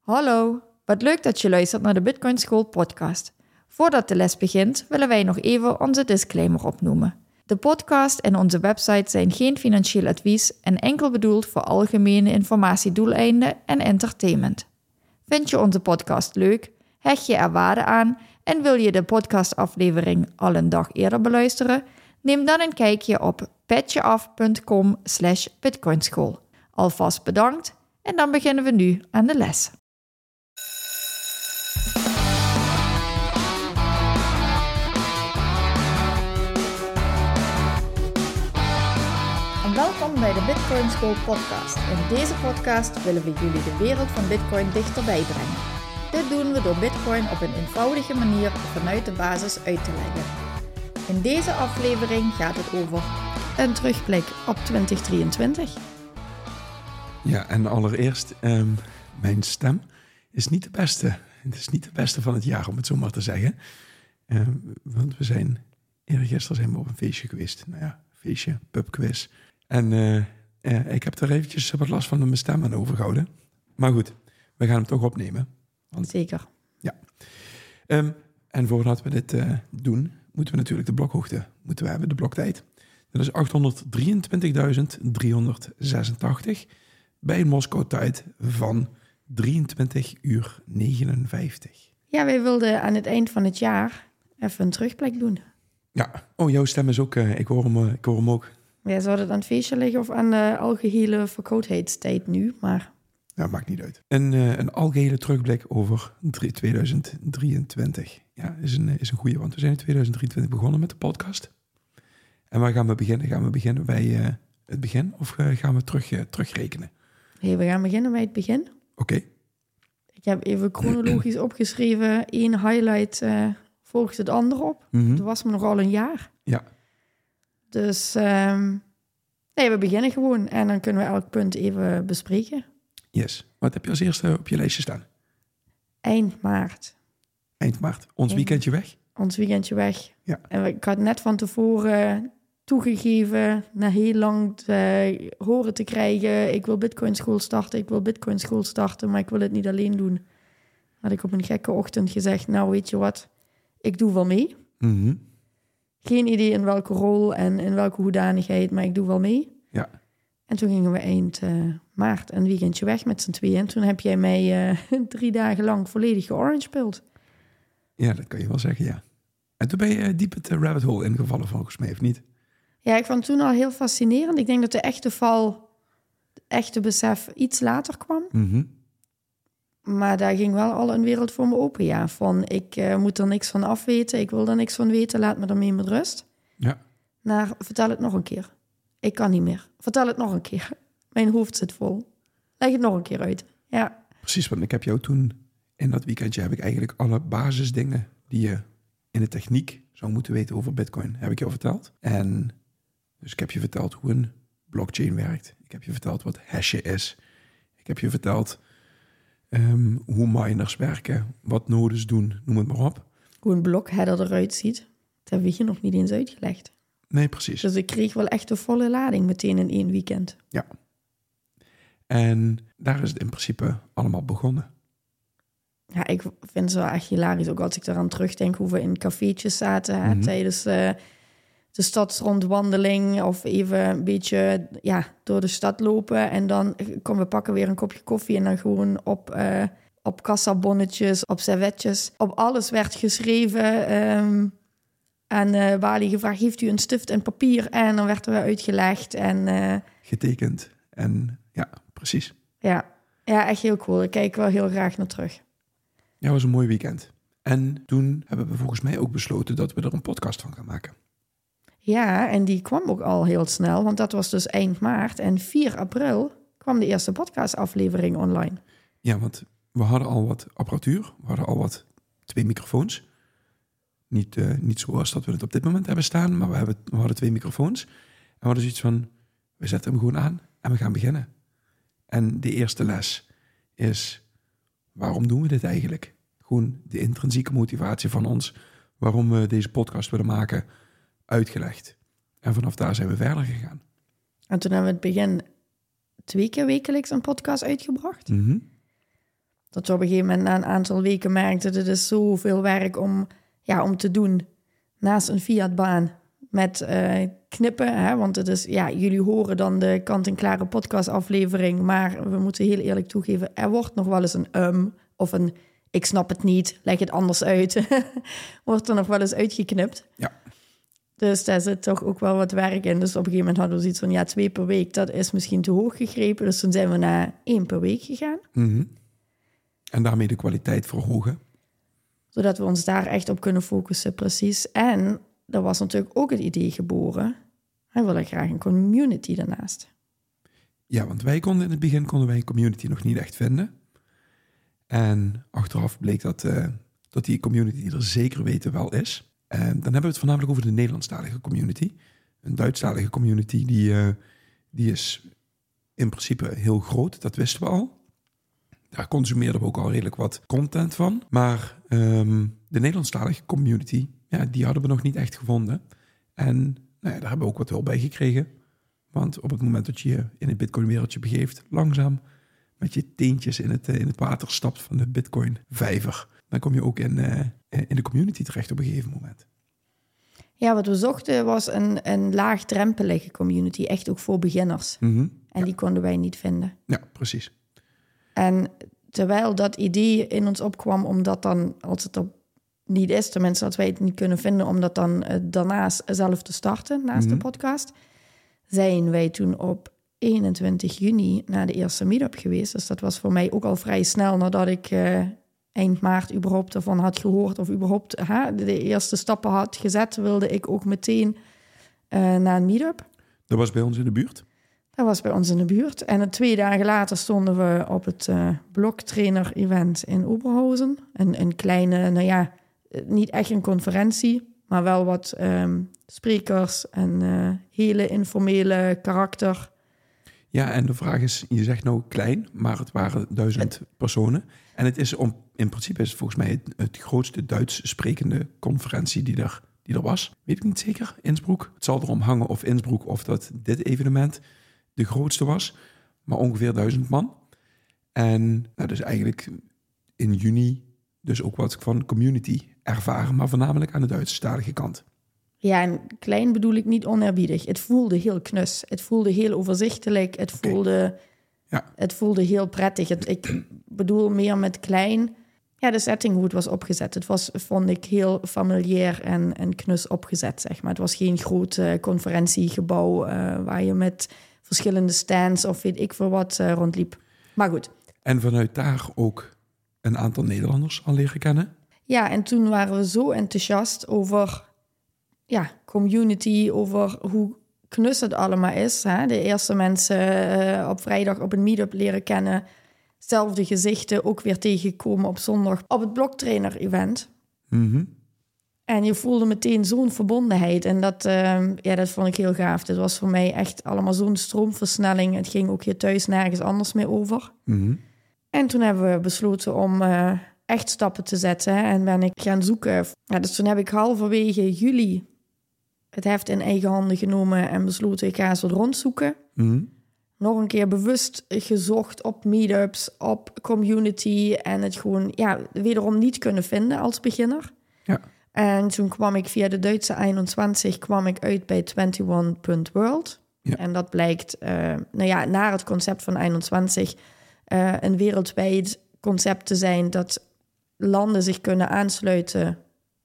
Hallo, wat leuk dat je luistert naar de Bitcoin School podcast. Voordat de les begint, willen wij nog even onze disclaimer opnoemen. De podcast en onze website zijn geen financieel advies en enkel bedoeld voor algemene informatiedoeleinden en entertainment. Vind je onze podcast leuk? Hecht je er waarde aan en wil je de podcastaflevering al een dag eerder beluisteren? Neem dan een kijkje op petjeaf.com/bitcoinschool. Alvast bedankt en dan beginnen we nu aan de les. En welkom bij de Bitcoin School podcast. In deze podcast willen we jullie de wereld van Bitcoin dichterbij brengen. Dit doen we door Bitcoin op een eenvoudige manier vanuit de basis uit te leggen. In deze aflevering gaat het over een terugblik op 2023. Ja, en allereerst, mijn stem is niet de beste. Het is niet de beste van het jaar, om het zo maar te zeggen. Want eergisteren zijn we op een feestje geweest. Nou ja, feestje, pubquiz. En ik heb er eventjes wat last van mijn stem aan overgehouden. Maar goed, we gaan hem toch opnemen. Zeker. Ja. En voordat we dit doen, moeten we natuurlijk de blokhoogte hebben, de bloktijd. Dat is 823.386 bij een Moskou-tijd van 23:59. Ja, wij wilden aan het eind van het jaar even een terugblik doen. Ja, jouw stem is ook, ik hoor hem ook. Ja, zou het aan het feestje liggen of aan de algehele verkoudheidstijd nu, maar... Ja, maakt niet uit. Een algehele terugblik over 2023. Ja, is een goeie, want we zijn in 2023 begonnen met de podcast. En waar gaan we beginnen? Gaan we beginnen bij het begin of gaan we terugrekenen? Nee, we gaan beginnen bij het begin. Oké. Ik heb even chronologisch opgeschreven. Eén highlight volgt het ander op. Mm-hmm. Dat was me nogal een jaar. Ja. Dus we beginnen gewoon en dan kunnen we elk punt even bespreken. Yes. Wat heb je als eerste op je lijstje staan? Eind maart. Eind maart. Ons weekendje weg? Ons weekendje weg. Ja. En ik had net van tevoren toegegeven, na heel lang horen te krijgen, ik wil Bitcoin School starten, maar ik wil het niet alleen doen. Had ik op een gekke ochtend gezegd, nou weet je wat, ik doe wel mee. Mm-hmm. Geen idee in welke rol en in welke hoedanigheid, maar ik doe wel mee. Ja. En toen gingen we eind maart een weekendje weg met z'n tweeën. En toen heb jij mij 3 dagen lang volledig georangepilled. Ja, dat kan je wel zeggen, ja. En toen ben je diep het rabbit hole ingevallen, volgens mij, of niet? Ja, ik vond het toen al heel fascinerend. Ik denk dat de echte val, het echte besef iets later kwam. Mm-hmm. Maar daar ging wel al een wereld voor me open, ja. Van, ik moet er niks van afweten, ik wil er niks van weten, laat me ermee met rust. Ja. Nou, vertel het nog een keer. Ik kan niet meer. Vertel het nog een keer. Mijn hoofd zit vol. Leg het nog een keer uit. Ja. Precies, want ik heb jou toen, in dat weekendje, heb ik eigenlijk alle basisdingen die je in de techniek zou moeten weten over Bitcoin, heb ik jou verteld. En dus ik heb je verteld hoe een blockchain werkt. Ik heb je verteld wat hashen is. Ik heb je verteld hoe miners werken, wat nodes doen, noem het maar op. Hoe een blokheader eruit ziet, dat hebben we hier nog niet eens uitgelegd. Nee, precies. Dus ik kreeg wel echt de volle lading meteen in 1 weekend. Ja. En daar is het in principe allemaal begonnen. Ja, ik vind het wel echt hilarisch. Ook als ik eraan terugdenk hoe we in cafeetjes zaten Mm-hmm. tijdens de stadsrondwandeling. Of even een beetje door de stad lopen. En dan komen we pakken weer een kopje koffie. En dan gewoon op kassabonnetjes, op servetjes. Op alles werd geschreven. Aan Wally gevraagd, heeft u een stift en papier? En dan werd er weer uitgelegd. En getekend. En ja, precies. Ja, echt heel cool. Ik kijk wel heel graag naar terug. Ja, het was een mooi weekend. En toen hebben we volgens mij ook besloten dat we er een podcast van gaan maken. Ja, en die kwam ook al heel snel, want dat was dus eind maart. En 4 april kwam de eerste podcastaflevering online. Ja, want we hadden al wat apparatuur. We hadden al 2 microfoons. Niet zoals dat we het op dit moment hebben staan, maar we hadden 2 microfoons. En we hadden zoiets van, we zetten hem gewoon aan en we gaan beginnen. En de eerste les is, waarom doen we dit eigenlijk? Gewoon de intrinsieke motivatie van ons, waarom we deze podcast willen maken, uitgelegd. En vanaf daar zijn we verder gegaan. En toen hebben we het begin 2 keer wekelijks een podcast uitgebracht. Mm-hmm. Dat we op een gegeven moment na een aantal weken merkten... dat het is zoveel werk om te doen naast een Fiat-baan met knippen. Hè? Want het is, jullie horen dan de kant-en-klare podcastaflevering... maar we moeten heel eerlijk toegeven... er wordt nog wel eens een of een ik snap het niet, leg het anders uit... wordt er nog wel eens uitgeknipt. Ja. Dus daar zit toch ook wel wat werk in. Dus op een gegeven moment hadden we zoiets van... 2 per week, dat is misschien te hoog gegrepen. Dus toen zijn we naar 1 per week gegaan. Mm-hmm. En daarmee de kwaliteit verhogen. Zodat we ons daar echt op kunnen focussen, precies. En er was natuurlijk ook het idee geboren... wij willen graag een community daarnaast. Ja, want in het begin konden wij een community nog niet echt vinden. En achteraf bleek dat die community er zeker weten wel is. En dan hebben we het voornamelijk over de Nederlandstalige community. Een Duitsstalige community die is in principe heel groot, dat wisten we al. Daar consumeerden we ook al redelijk wat content van. Maar de Nederlandstalige community, die hadden we nog niet echt gevonden. En daar hebben we ook wat hulp bij gekregen. Want op het moment dat je je in het Bitcoin-wereldje begeeft, langzaam met je teentjes in het water stapt van de Bitcoin-vijver, dan kom je ook in de community terecht op een gegeven moment. Ja, wat we zochten was een laagdrempelige community, echt ook voor beginners. Mm-hmm. En die konden wij niet vinden. Ja, precies. En terwijl dat idee in ons opkwam, omdat dan, als het er niet is, tenminste dat wij het niet kunnen vinden, om dat dan daarnaast zelf te starten, naast de podcast, zijn wij toen op 21 juni naar de eerste meetup geweest. Dus dat was voor mij ook al vrij snel nadat ik eind maart überhaupt ervan had gehoord of überhaupt de eerste stappen had gezet, wilde ik ook meteen naar een meetup. Dat was bij ons in de buurt? Dat was bij ons in de buurt. En 2 dagen later stonden we op het bloktrainer-event in Oberhausen. Een kleine, niet echt een conferentie, maar wel wat sprekers en hele informele karakter. Ja, en de vraag is, je zegt nou klein, maar het waren 1000 personen. En het is in principe is het volgens mij het grootste Duits sprekende conferentie die er was. Weet ik niet zeker, Innsbruck. Het zal erom hangen of Innsbruck of dat dit evenement de grootste was. Maar ongeveer 1000 man. En dus eigenlijk in juni dus ook wat van community ervaren, maar voornamelijk aan de Duitsstalige kant. Ja, en klein bedoel ik niet oneerbiedig. Het voelde heel knus. Het voelde heel overzichtelijk. Het voelde heel prettig. Ik bedoel meer met klein. Ja, de setting hoe het was opgezet. Het was, vond ik, heel familiair en knus opgezet, zeg maar. Het was geen groot conferentiegebouw waar je met verschillende stands of weet ik veel wat rondliep. Maar goed. En vanuit daar ook een aantal Nederlanders al leren kennen. Ja, en toen waren we zo enthousiast over community, over hoe knus het allemaal is. Hè? De eerste mensen op vrijdag op een meetup leren kennen. Zelfde gezichten ook weer tegenkomen op zondag op het bloktrainer-event. Mm-hmm. En je voelde meteen zo'n verbondenheid. En dat vond ik heel gaaf. Dit was voor mij echt allemaal zo'n stroomversnelling. Het ging ook hier thuis nergens anders meer over. Mm-hmm. En toen hebben we besloten om echt stappen te zetten. Hè? En ben ik gaan zoeken. Ja, dus toen heb ik halverwege juli het heft in eigen handen genomen en besloten, ik ga eens wat rondzoeken. Mm-hmm. Nog een keer bewust gezocht op meetups, op community en het gewoon wederom niet kunnen vinden als beginner. Ja. En toen kwam ik via de Duitse 21 uit bij 21.world. Ja. En dat blijkt, naar het concept van 21 een wereldwijd concept te zijn dat landen zich kunnen aansluiten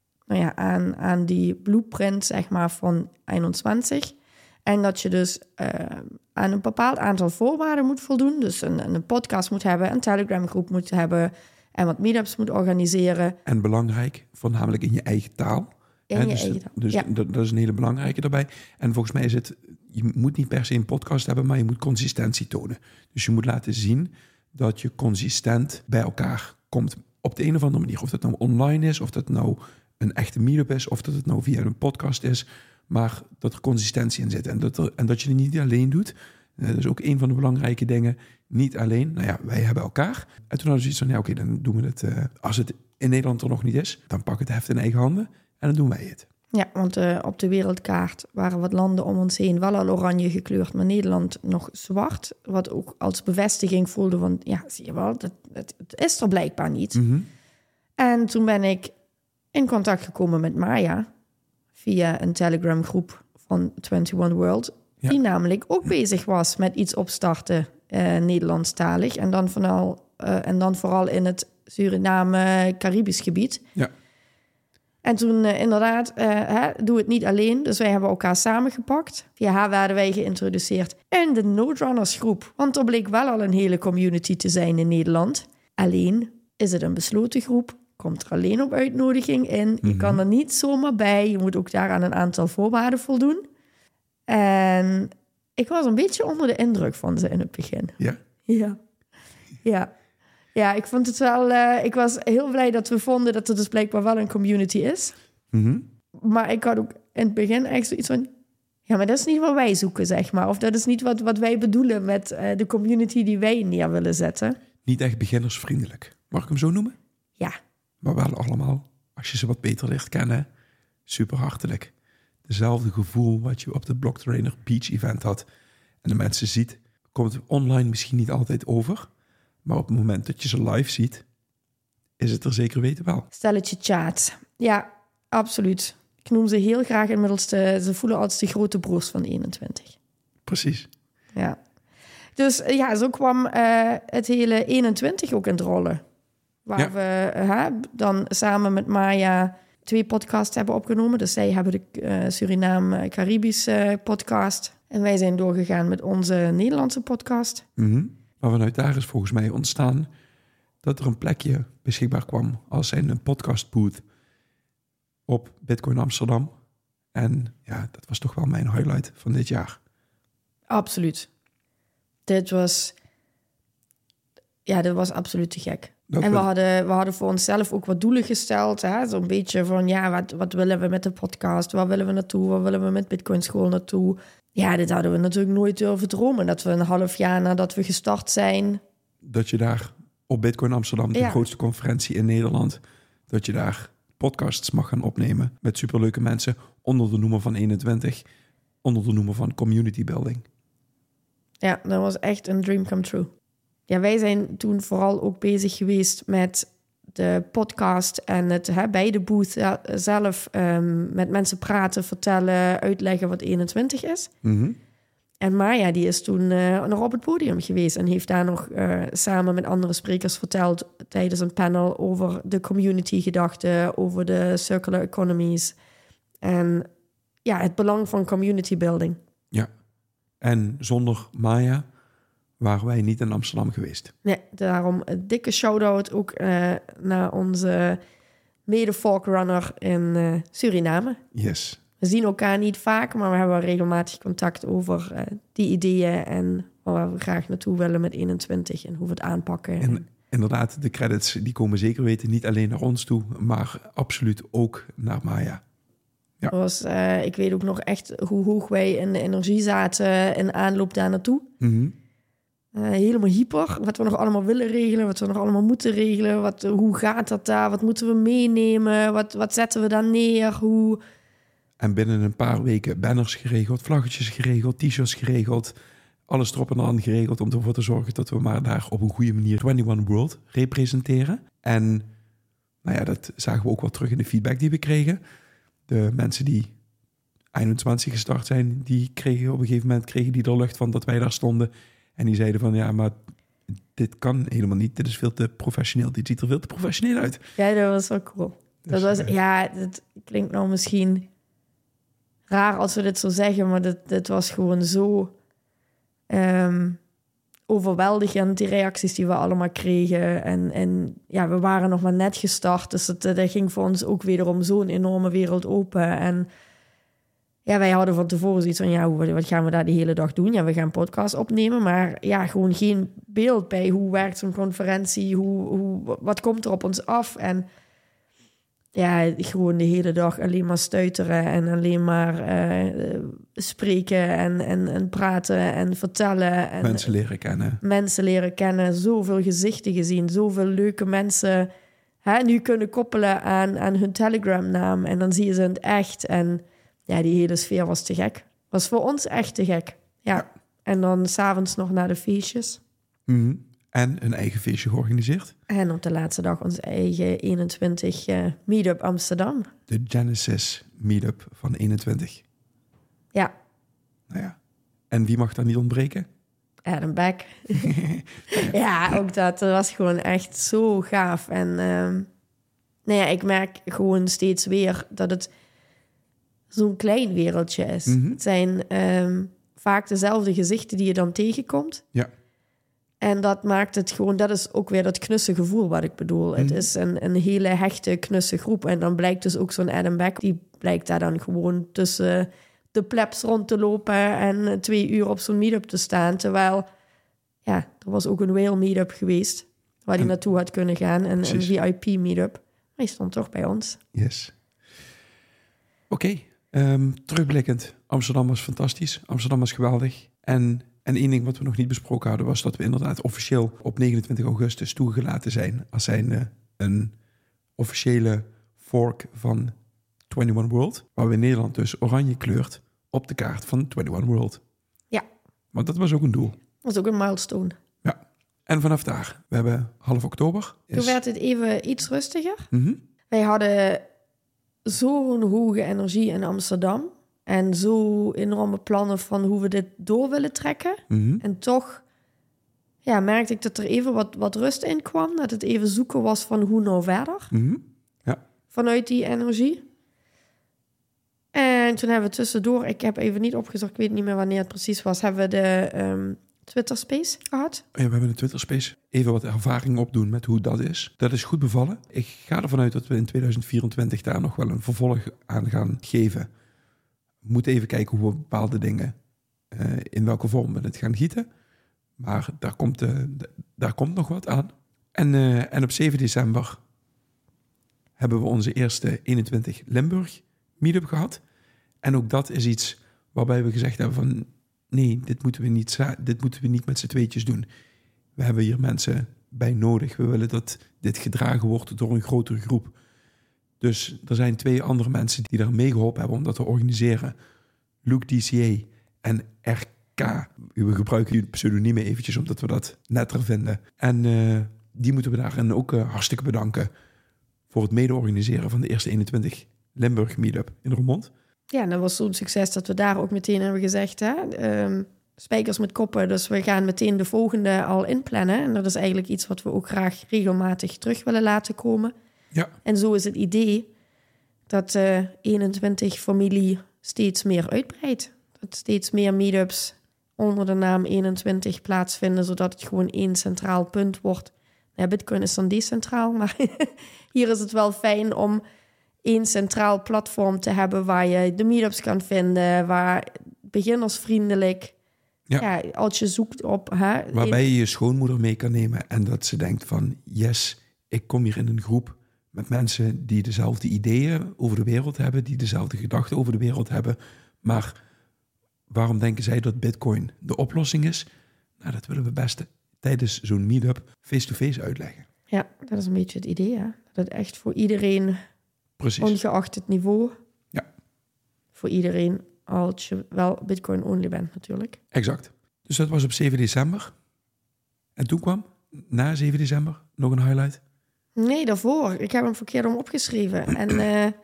aan die blueprint, zeg maar, van 21. En dat je dus aan een bepaald aantal voorwaarden moet voldoen. Dus een podcast moet hebben, een Telegram-groep moet hebben en wat meetups moet organiseren. En belangrijk, voornamelijk in je eigen taal. Dus dat is een hele belangrijke daarbij. En volgens mij is het, je moet niet per se een podcast hebben, maar je moet consistentie tonen. Dus je moet laten zien dat je consistent bij elkaar komt op de een of andere manier. Of dat nou online is, of dat nou een echte meetup is, of dat het nou via een podcast is, maar dat er consistentie in zit. En dat je het niet alleen doet. Dat is ook een van de belangrijke dingen. Niet alleen. Wij hebben elkaar. En toen hadden we zoiets van, dan doen we het. Als het in Nederland er nog niet is, dan pak het heft in eigen handen en dan doen wij het. Ja, want op de wereldkaart waren wat landen om ons heen wel al oranje gekleurd, maar Nederland nog zwart. Wat ook als bevestiging voelde van, ja, zie je wel, het is er blijkbaar niet. Mm-hmm. En toen ben ik in contact gekomen met Maya via een Telegram groep van 21 World. Ja. Die namelijk ook bezig was met iets opstarten Nederlandstalig. En dan vooral in het Suriname-Caribisch gebied. Ja. En toen inderdaad, doe het niet alleen. Dus wij hebben elkaar samengepakt. Via haar werden wij geïntroduceerd in de Noderunners groep. Want er bleek wel al een hele community te zijn in Nederland. Alleen is het een besloten groep. Komt er alleen op uitnodiging in. Je kan er niet zomaar bij. Je moet ook daar aan een aantal voorwaarden voldoen. En ik was een beetje onder de indruk van ze in het begin. Ja? Ja, ik vond het wel... ik was heel blij dat we vonden dat er dus blijkbaar wel een community is. Mm-hmm. Maar ik had ook in het begin echt zoiets van... Ja, maar dat is niet wat wij zoeken, zeg maar. Of dat is niet wat wij bedoelen met de community die wij neer willen zetten. Niet echt beginnersvriendelijk. Mag ik hem zo noemen? Ja. Maar wel allemaal, als je ze wat beter leert kennen, super hartelijk. Dezelfde gevoel wat je op de Block Trainer Beach event had. En de mensen ziet, komt het online misschien niet altijd over. Maar op het moment dat je ze live ziet, is het er zeker weten wel. Stelletje chat. Ja, absoluut. Ik noem ze heel graag inmiddels ze voelen als de grote broers van 21. Precies. Ja. Dus ja, zo kwam het hele 21 ook in het rollen. Waar we dan samen met Maya 2 podcasts hebben opgenomen. Dus zij hebben de Suriname-Caribisch podcast. En wij zijn doorgegaan met onze Nederlandse podcast. Mm-hmm. Maar vanuit daar is volgens mij ontstaan dat er een plekje beschikbaar kwam als een podcastbooth op Bitcoin Amsterdam. En ja, dat was toch wel mijn highlight van dit jaar. Absoluut. Dit was absoluut te gek. En we hadden voor onszelf ook wat doelen gesteld. Zo'n beetje van, ja, wat willen we met de podcast? Waar willen we naartoe? Waar willen we met Bitcoin School naartoe? Ja, dit hadden we natuurlijk nooit durven dromen. Dat we een half jaar nadat we gestart zijn... Dat je daar op Bitcoin Amsterdam, de grootste conferentie in Nederland... dat je daar podcasts mag gaan opnemen met superleuke mensen... onder de noemer van 21, onder de noemer van community building. Ja, dat was echt een dream come true. Ja, wij zijn toen vooral ook bezig geweest met de podcast en het bij de booth zelf met mensen praten, vertellen, uitleggen wat 21 is. Mm-hmm. En Maya die is toen nog op het podium geweest en heeft daar nog samen met andere sprekers verteld tijdens een panel over de community-gedachten, over de circular economies en ja, het belang van community building. Ja, en zonder Maya waren wij niet in Amsterdam geweest. Nee, daarom een dikke shout-out ook naar onze mede-forkrunner in Suriname. Yes. We zien elkaar niet vaak, maar we hebben regelmatig contact over die ideeën en waar we graag naartoe willen met 21 en hoe we het aanpakken. En inderdaad, de credits die komen zeker weten niet alleen naar ons toe, maar absoluut ook naar Maya. Ja. Ik weet ook nog echt hoe hoog wij in de energie zaten in aanloop daar naartoe. Mm-hmm. Helemaal hyper. Wat we nog allemaal willen regelen, wat we nog allemaal moeten regelen. Hoe gaat dat daar? Wat moeten we meenemen? Wat zetten we daar neer? En binnen een paar weken banners geregeld, vlaggetjes geregeld, t-shirts geregeld. Alles erop en aan geregeld om ervoor te zorgen dat we maar daar op een goede manier 21 World representeren. En nou ja, dat zagen we ook wel terug in de feedback die we kregen. De mensen die 21 gestart zijn, die kregen op een gegeven moment er lucht van dat wij daar stonden. En die zeiden van, ja, maar dit kan helemaal niet. Dit is veel te professioneel. Dit ziet er veel te professioneel uit. Ja, dat was wel cool. Dus, dat klinkt nou misschien raar als we dit zo zeggen, maar dit was gewoon zo overweldigend, die reacties die we allemaal kregen. En ja, we waren nog maar net gestart, dus dat ging voor ons ook wederom zo'n enorme wereld open. En ja, wij hadden van tevoren zoiets van, ja, wat gaan we daar de hele dag doen? Ja, we gaan podcast opnemen, maar ja, gewoon geen beeld bij hoe werkt zo'n conferentie, wat komt er op ons af? En ja, gewoon de hele dag alleen maar stuiteren en alleen maar spreken en praten en vertellen. En mensen leren kennen. Zoveel gezichten gezien, zoveel leuke mensen nu kunnen koppelen aan hun Telegram-naam. En dan zie je ze in het echt. En ja, die hele sfeer was te gek. Was voor ons echt te gek. Ja. En dan 's avonds nog naar de feestjes. Mm-hmm. En een eigen feestje georganiseerd. En op de laatste dag ons eigen 21 meetup Amsterdam. De Genesis meetup van 21. Ja. Nou ja. En wie mag daar niet ontbreken? Adam Beck. Ja, ook dat. Dat was gewoon echt zo gaaf. En ik merk gewoon steeds weer dat het zo'n klein wereldje is. Mm-hmm. Het zijn vaak dezelfde gezichten die je dan tegenkomt. Ja. En dat maakt het gewoon... Dat is ook weer dat knusse gevoel wat ik bedoel. Mm-hmm. Het is een hele hechte, knusse groep. En dan blijkt dus ook zo'n Adam Beck... die blijkt daar dan gewoon tussen de plebs rond te lopen... en 2 uur op zo'n meetup te staan. Terwijl, ja, er was ook een whale meetup geweest... waar hij naartoe had kunnen gaan. En een VIP meetup. Maar hij stond toch bij ons. Yes. Oké. Terugblikkend. Amsterdam was fantastisch. Amsterdam was geweldig. En één ding wat we nog niet besproken hadden... was dat we inderdaad officieel op 29 augustus toegelaten zijn... als zijnde een officiële fork van 21 World... waar we in Nederland dus oranje kleurt op de kaart van 21 World. Ja. Want dat was ook een doel. Dat was ook een milestone. Ja. En vanaf daar, we hebben half oktober. Toen werd het even iets rustiger. Mm-hmm. Wij hadden zo'n hoge energie in Amsterdam... en zo enorme plannen van hoe we dit door willen trekken. Mm-hmm. En toch merkte ik dat er even wat rust in kwam. Dat het even zoeken was van hoe nou verder. Mm-hmm. Ja. Vanuit die energie. En toen hebben we tussendoor... Ik heb even niet opgezocht, ik weet niet meer wanneer het precies was... hebben we de Twitter Space gehad. Ja, we hebben een Twitter Space. Even wat ervaring opdoen met hoe dat is. Dat is goed bevallen. Ik ga ervan uit dat we in 2024 daar nog wel een vervolg aan gaan geven. We moeten even kijken hoe we bepaalde dingen... in welke vorm we het gaan gieten. Maar daar komt nog wat aan. En op 7 december... hebben we onze eerste 21 Limburg meetup gehad. En ook dat is iets waarbij we gezegd hebben van... nee, dit moeten we niet met z'n tweetjes doen. We hebben hier mensen bij nodig. We willen dat dit gedragen wordt door een grotere groep. Dus er zijn 2 andere mensen die daar meegeholpen hebben om dat te organiseren. Luke DCA en RK. We gebruiken die pseudoniemen eventjes omdat we dat netter vinden. En die moeten we daarin ook hartstikke bedanken... voor het mede-organiseren van de eerste 21 Limburg Meetup in Roermond. Ja, en dat was zo'n succes dat we daar ook meteen hebben gezegd... spijkers met koppen, dus we gaan meteen de volgende al inplannen. En dat is eigenlijk iets wat we ook graag regelmatig terug willen laten komen. Ja. En zo is het idee dat 21 familie steeds meer uitbreidt. Dat steeds meer meetups onder de naam 21 plaatsvinden... zodat het gewoon 1 centraal punt wordt... Ja, Bitcoin is dan decentraal, maar hier is het wel fijn om 1 centraal platform te hebben... waar je de meetups kan vinden, waar beginnersvriendelijk... Ja, als je zoekt op... Waarbij je je schoonmoeder mee kan nemen en dat ze denkt van... yes, ik kom hier in een groep met mensen die dezelfde ideeën over de wereld hebben... die dezelfde gedachten over de wereld hebben. Maar waarom denken zij dat Bitcoin de oplossing is? Nou, dat willen we best... tijdens zo'n meetup face-to-face uitleggen. Ja, dat is een beetje het idee, hè? Dat het echt voor iedereen, precies, ongeacht het niveau... Ja. Voor iedereen, als je wel Bitcoin-only bent natuurlijk. Exact. Dus dat was op 7 december. En toen kwam, na 7 december, nog een highlight? Nee, daarvoor. Ik heb hem verkeerd om opgeschreven. En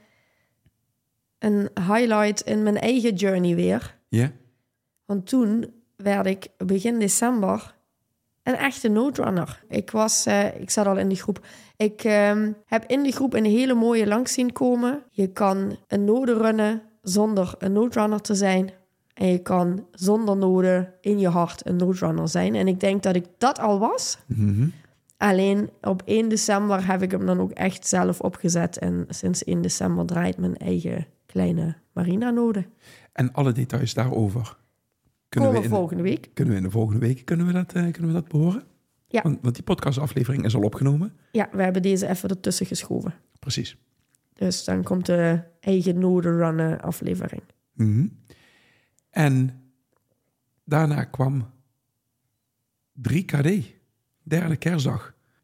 een highlight in mijn eigen journey weer. Ja? Yeah. Want toen werd ik begin december... een echte noderunner. Ik zat al in die groep. Ik heb in die groep een hele mooie langs zien komen. Je kan een node runnen zonder een noderunner te zijn. En je kan zonder noden in je hart een noderunner zijn. En ik denk dat ik dat al was. Mm-hmm. Alleen op 1 december heb ik hem dan ook echt zelf opgezet. En sinds 1 december draait mijn eigen kleine Marina-node. En alle details daarover... Kunnen we in de volgende week kunnen we dat behoren? Ja. Want die podcastaflevering is al opgenomen. Ja, we hebben deze even ertussen geschoven. Precies. Dus dan komt de eigen node runnen aflevering. Mm-hmm. En daarna kwam 3KD, derde kerstdag.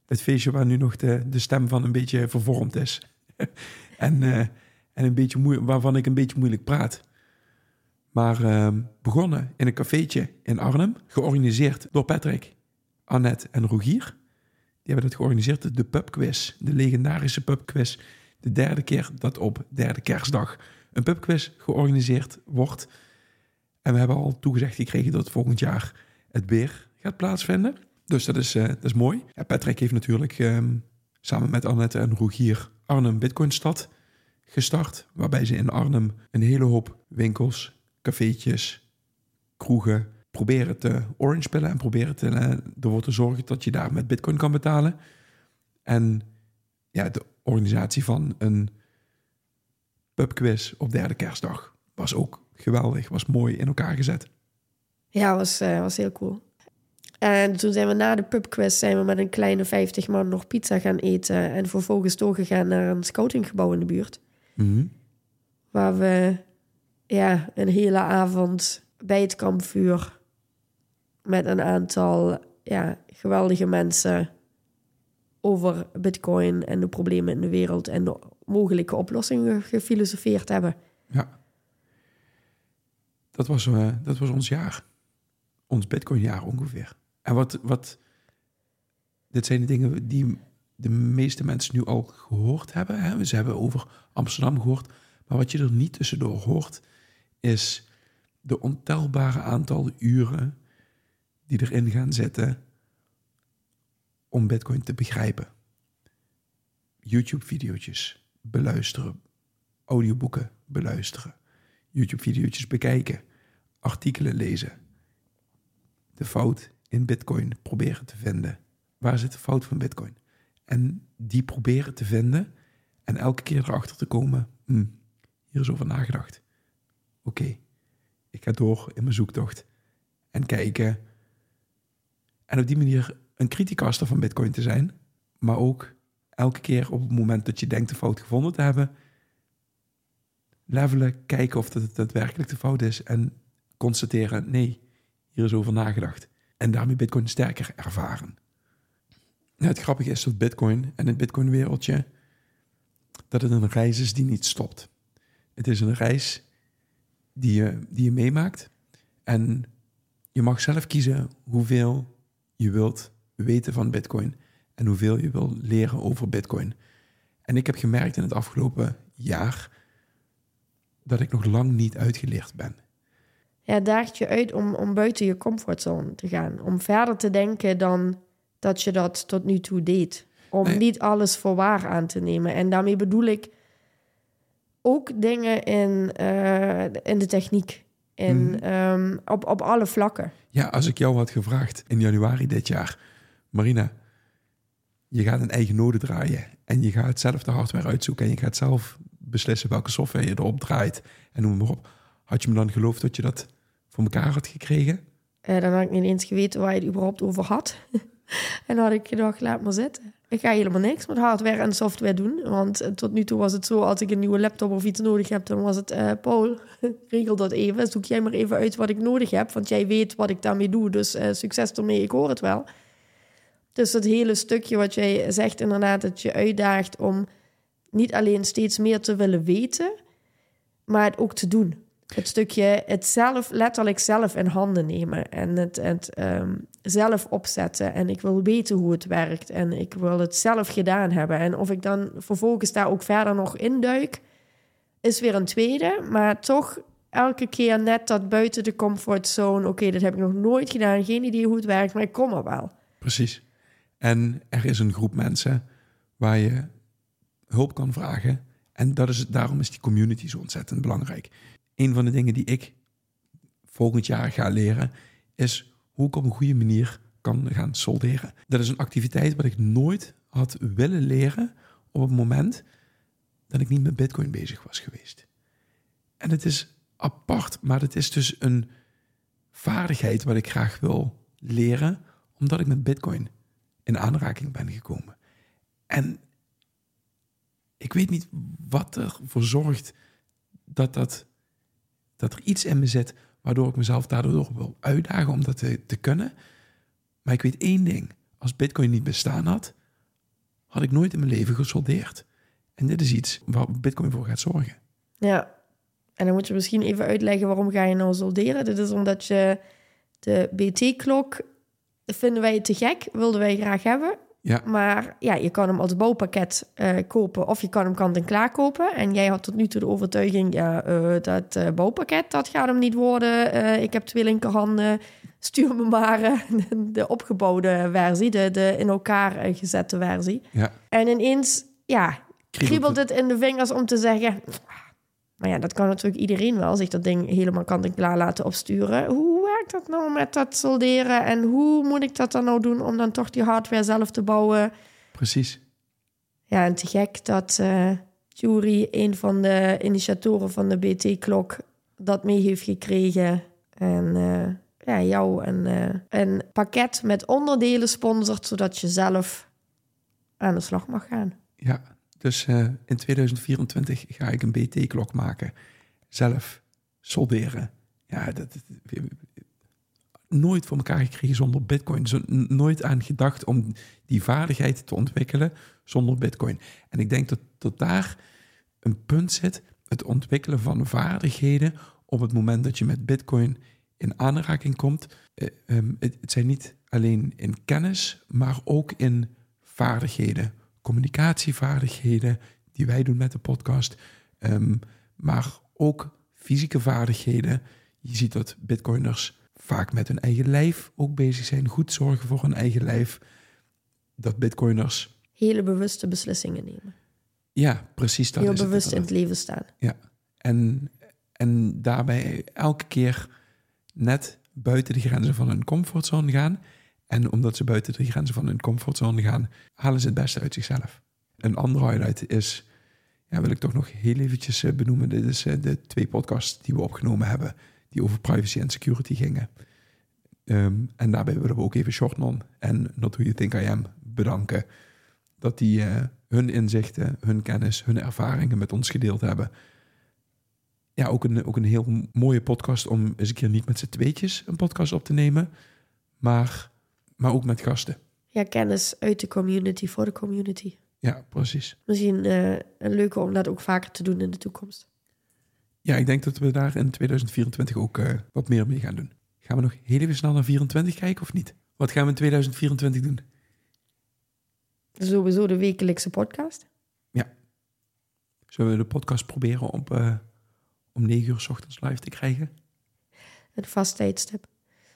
Het feestje waar nu nog de stem van een beetje vervormd is. en een beetje waarvan ik een beetje moeilijk praat. Maar begonnen in een cafeetje in Arnhem. Georganiseerd door Patrick, Annette en Rogier. Die hebben dat georganiseerd, de pubquiz. De legendarische pubquiz. De derde keer dat op derde kerstdag een pubquiz georganiseerd wordt. En we hebben al toegezegd gekregen dat volgend jaar het weer gaat plaatsvinden. Dus dat is mooi. Ja, Patrick heeft natuurlijk samen met Annette en Rogier Arnhem Bitcoinstad gestart. Waarbij ze in Arnhem een hele hoop winkels, cafeetjes, kroegen proberen te orange pillen en proberen ervoor te zorgen dat je daar met Bitcoin kan betalen. En ja, de organisatie van een pubquiz op derde kerstdag was ook geweldig, was mooi in elkaar gezet. Ja, was heel cool. En toen zijn we na de pubquiz met een kleine 50 man nog pizza gaan eten en vervolgens doorgegaan naar een scoutinggebouw in de buurt. Mm-hmm. Waar we een hele avond bij het kampvuur met een aantal geweldige mensen over Bitcoin en de problemen in de wereld en de mogelijke oplossingen gefilosofeerd hebben. Ja, dat was ons jaar. Ons Bitcoin-jaar ongeveer. En dit zijn de dingen die de meeste mensen nu al gehoord hebben. Hè? Ze hebben over Amsterdam gehoord. Maar wat je er niet tussendoor hoort, is de ontelbare aantal uren die erin gaan zitten om Bitcoin te begrijpen. YouTube-video's beluisteren, audioboeken beluisteren, YouTube-video's bekijken, artikelen lezen, de fout in Bitcoin proberen te vinden. Waar zit de fout van Bitcoin? En die proberen te vinden en elke keer erachter te komen, hier is over nagedacht. Oké, ik ga door in mijn zoektocht en kijken. En op die manier een criticaster van Bitcoin te zijn, maar ook elke keer op het moment dat je denkt de fout gevonden te hebben, levelen, kijken of het daadwerkelijk de fout is en constateren, nee, hier is over nagedacht. En daarmee Bitcoin sterker ervaren. Nou, het grappige is dat Bitcoin en het Bitcoin-wereldje, dat het een reis is die niet stopt. Het is een reis die je meemaakt. En je mag zelf kiezen hoeveel je wilt weten van Bitcoin en hoeveel je wil leren over Bitcoin. En ik heb gemerkt in het afgelopen jaar dat ik nog lang niet uitgeleerd ben. Ja, het daagt je uit om buiten je comfortzone te gaan. Om verder te denken dan dat je dat tot nu toe deed. Om niet alles voor waar aan te nemen. En daarmee bedoel ik ook dingen in de techniek. Op alle vlakken. Ja, als ik jou had gevraagd in januari dit jaar, Marina, je gaat een eigen node draaien en je gaat zelf de hardware uitzoeken en je gaat zelf beslissen welke software je erop draait en noem maar op. Had je me dan geloofd dat je dat voor elkaar had gekregen? Dan had ik niet eens geweten waar je het überhaupt over had. En dan had ik gedacht, laat maar zitten. Ik ga helemaal niks met hardware en software doen. Want tot nu toe was het zo, als ik een nieuwe laptop of iets nodig heb, dan was het, Paul, regel dat even. Zoek jij maar even uit wat ik nodig heb, want jij weet wat ik daarmee doe. Dus succes ermee, ik hoor het wel. Dus dat hele stukje wat jij zegt inderdaad, dat je uitdaagt om niet alleen steeds meer te willen weten, maar het ook te doen. Het stukje het zelf, letterlijk zelf in handen nemen en het zelf opzetten. En ik wil weten hoe het werkt en ik wil het zelf gedaan hebben. En of ik dan vervolgens daar ook verder nog induik, is weer een tweede. Maar toch elke keer net dat buiten de comfortzone. Oké, dat heb ik nog nooit gedaan, geen idee hoe het werkt, maar ik kom er wel. Precies. En er is een groep mensen waar je hulp kan vragen. En daarom is die community zo ontzettend belangrijk. Een van de dingen die ik volgend jaar ga leren, is hoe ik op een goede manier kan gaan solderen. Dat is een activiteit wat ik nooit had willen leren op het moment dat ik niet met Bitcoin bezig was geweest. En het is apart, maar het is dus een vaardigheid wat ik graag wil leren, omdat ik met Bitcoin in aanraking ben gekomen. En ik weet niet wat ervoor zorgt dat er iets in me zit waardoor ik mezelf daardoor wil uitdagen om dat te kunnen. Maar ik weet één ding. Als Bitcoin niet bestaan had, had ik nooit in mijn leven gesoldeerd. En dit is iets waar Bitcoin voor gaat zorgen. Ja, en dan moet je misschien even uitleggen waarom ga je nou solderen. Dit is omdat je de BT-klok, vinden wij te gek, wilden wij graag hebben. Ja. Maar ja, je kan hem als bouwpakket kopen of je kan hem kant-en-klaar kopen. En jij had tot nu toe de overtuiging, dat bouwpakket, dat gaat hem niet worden. Ik heb 2 linkerhanden, stuur me maar de opgebouwde versie, de in elkaar gezette versie. Ja. En ineens, kriebelt het in de vingers om te zeggen... Maar ja, dat kan natuurlijk iedereen wel, zich dat ding helemaal kant-en-klaar laten opsturen. Hoe werkt dat nou met dat solderen? En hoe moet ik dat dan nou doen om dan toch die hardware zelf te bouwen? Precies. Ja, en te gek dat Jury, een van de initiatoren van de BT-klok, dat mee heeft gekregen. En jou een pakket met onderdelen sponsort, zodat je zelf aan de slag mag gaan. Ja, dus in 2024 ga ik een BT-klok maken. Zelf solderen. Ja, dat nooit voor elkaar gekregen zonder Bitcoin. Nooit aan gedacht om die vaardigheid te ontwikkelen zonder Bitcoin. En ik denk dat daar een punt zit, het ontwikkelen van vaardigheden op het moment dat je met Bitcoin in aanraking komt. Het zijn niet alleen in kennis, maar ook in vaardigheden. Communicatievaardigheden die wij doen met de podcast. Maar ook fysieke vaardigheden. Je ziet dat Bitcoiners vaak met hun eigen lijf ook bezig zijn. Goed zorgen voor hun eigen lijf. Dat Bitcoiners hele bewuste beslissingen nemen. Ja, precies. Dat heel is bewust het, in het leven staan. Ja, en daarbij elke keer net buiten de grenzen van hun comfortzone gaan. En omdat ze buiten de grenzen van hun comfortzone gaan, halen ze het beste uit zichzelf. Een andere highlight is, wil ik toch nog heel eventjes benoemen. Dit is de 2 podcasts die we opgenomen hebben, die over privacy en security gingen. En daarbij willen we ook even Shortman en Not Who You Think I Am bedanken. Dat die hun inzichten, hun kennis, hun ervaringen met ons gedeeld hebben. Ja, ook een heel mooie podcast om eens een keer niet met z'n tweetjes een podcast op te nemen, maar ook met gasten. Ja, kennis uit de community, voor de community. Ja, precies. Misschien een leuke om dat ook vaker te doen in de toekomst. Ja, ik denk dat we daar in 2024 ook wat meer mee gaan doen. Gaan we nog heel even snel naar 24 kijken of niet? Wat gaan we in 2024 doen? Sowieso de wekelijkse podcast. Ja. Zullen we de podcast proberen om 9 uur 's ochtends live te krijgen? Een vast tijdstip.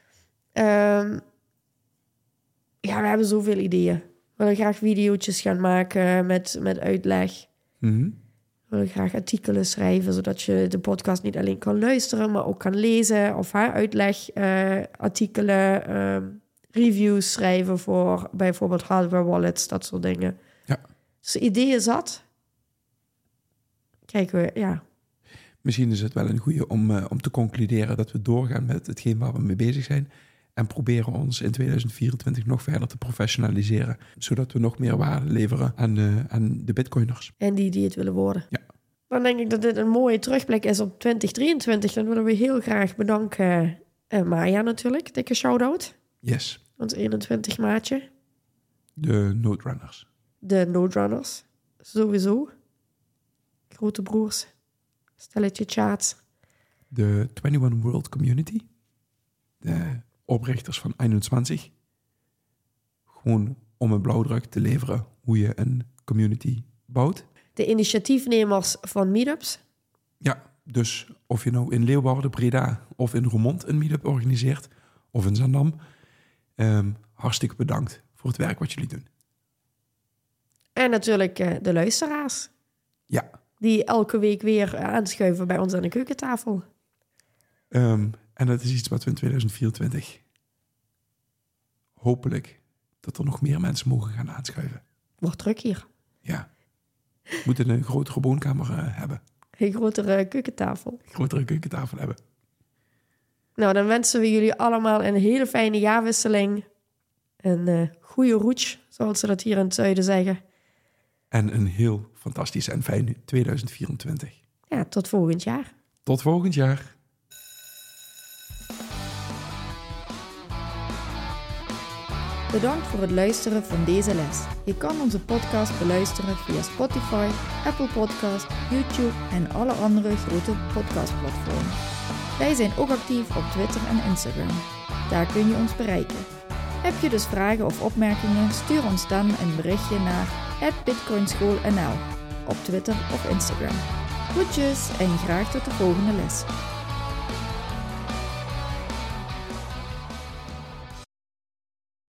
Ja, we hebben zoveel ideeën. We willen graag video's gaan maken met uitleg. Mm-hmm. We willen graag artikelen schrijven, zodat je de podcast niet alleen kan luisteren, maar ook kan lezen. Of uitleg, artikelen, reviews schrijven voor bijvoorbeeld hardware wallets, dat soort dingen. Ja. Dus ideeën zat. Kijken we, ja. Misschien is het wel een goede om te concluderen dat we doorgaan met hetgeen waar we mee bezig zijn. En proberen ons in 2024 nog verder te professionaliseren. Zodat we nog meer waarde leveren aan de bitcoiners. En die het willen worden. Ja. Dan denk ik dat dit een mooie terugblik is op 2023. Dan willen we heel graag bedanken Maya natuurlijk. Dikke shout-out. Yes. Ons 21 maatje. De Noderunners. De Noderunners. Sowieso. Grote broers. Stelletje chats. De 21 World Community. De oprichters van 21. Gewoon om een blauwdruk te leveren hoe je een community bouwt. De initiatiefnemers van meetups. Ja, dus of je nou in Leeuwarden, Breda of in Roermond een meetup organiseert, of in Zaandam, hartstikke bedankt voor het werk wat jullie doen. En natuurlijk de luisteraars. Ja. Die elke week weer aanschuiven bij ons aan de keukentafel. En dat is iets wat we in 2024 hopelijk dat er nog meer mensen mogen gaan aanschuiven. Wordt druk hier. Ja. We moeten een grotere woonkamer hebben. Een grotere keukentafel. Een grotere keukentafel hebben. Nou, dan wensen we jullie allemaal een hele fijne jaarwisseling. Een goede roets, zoals ze dat hier in het zuiden zeggen. En een heel fantastisch en fijn 2024. Ja, tot volgend jaar. Tot volgend jaar. Bedankt voor het luisteren van deze les. Je kan onze podcast beluisteren via Spotify, Apple Podcast, YouTube en alle andere grote podcastplatformen. Wij zijn ook actief op Twitter en Instagram. Daar kun je ons bereiken. Heb je dus vragen of opmerkingen? Stuur ons dan een berichtje naar @bitcoinschoolnl op Twitter of Instagram. Groetjes en graag tot de volgende les.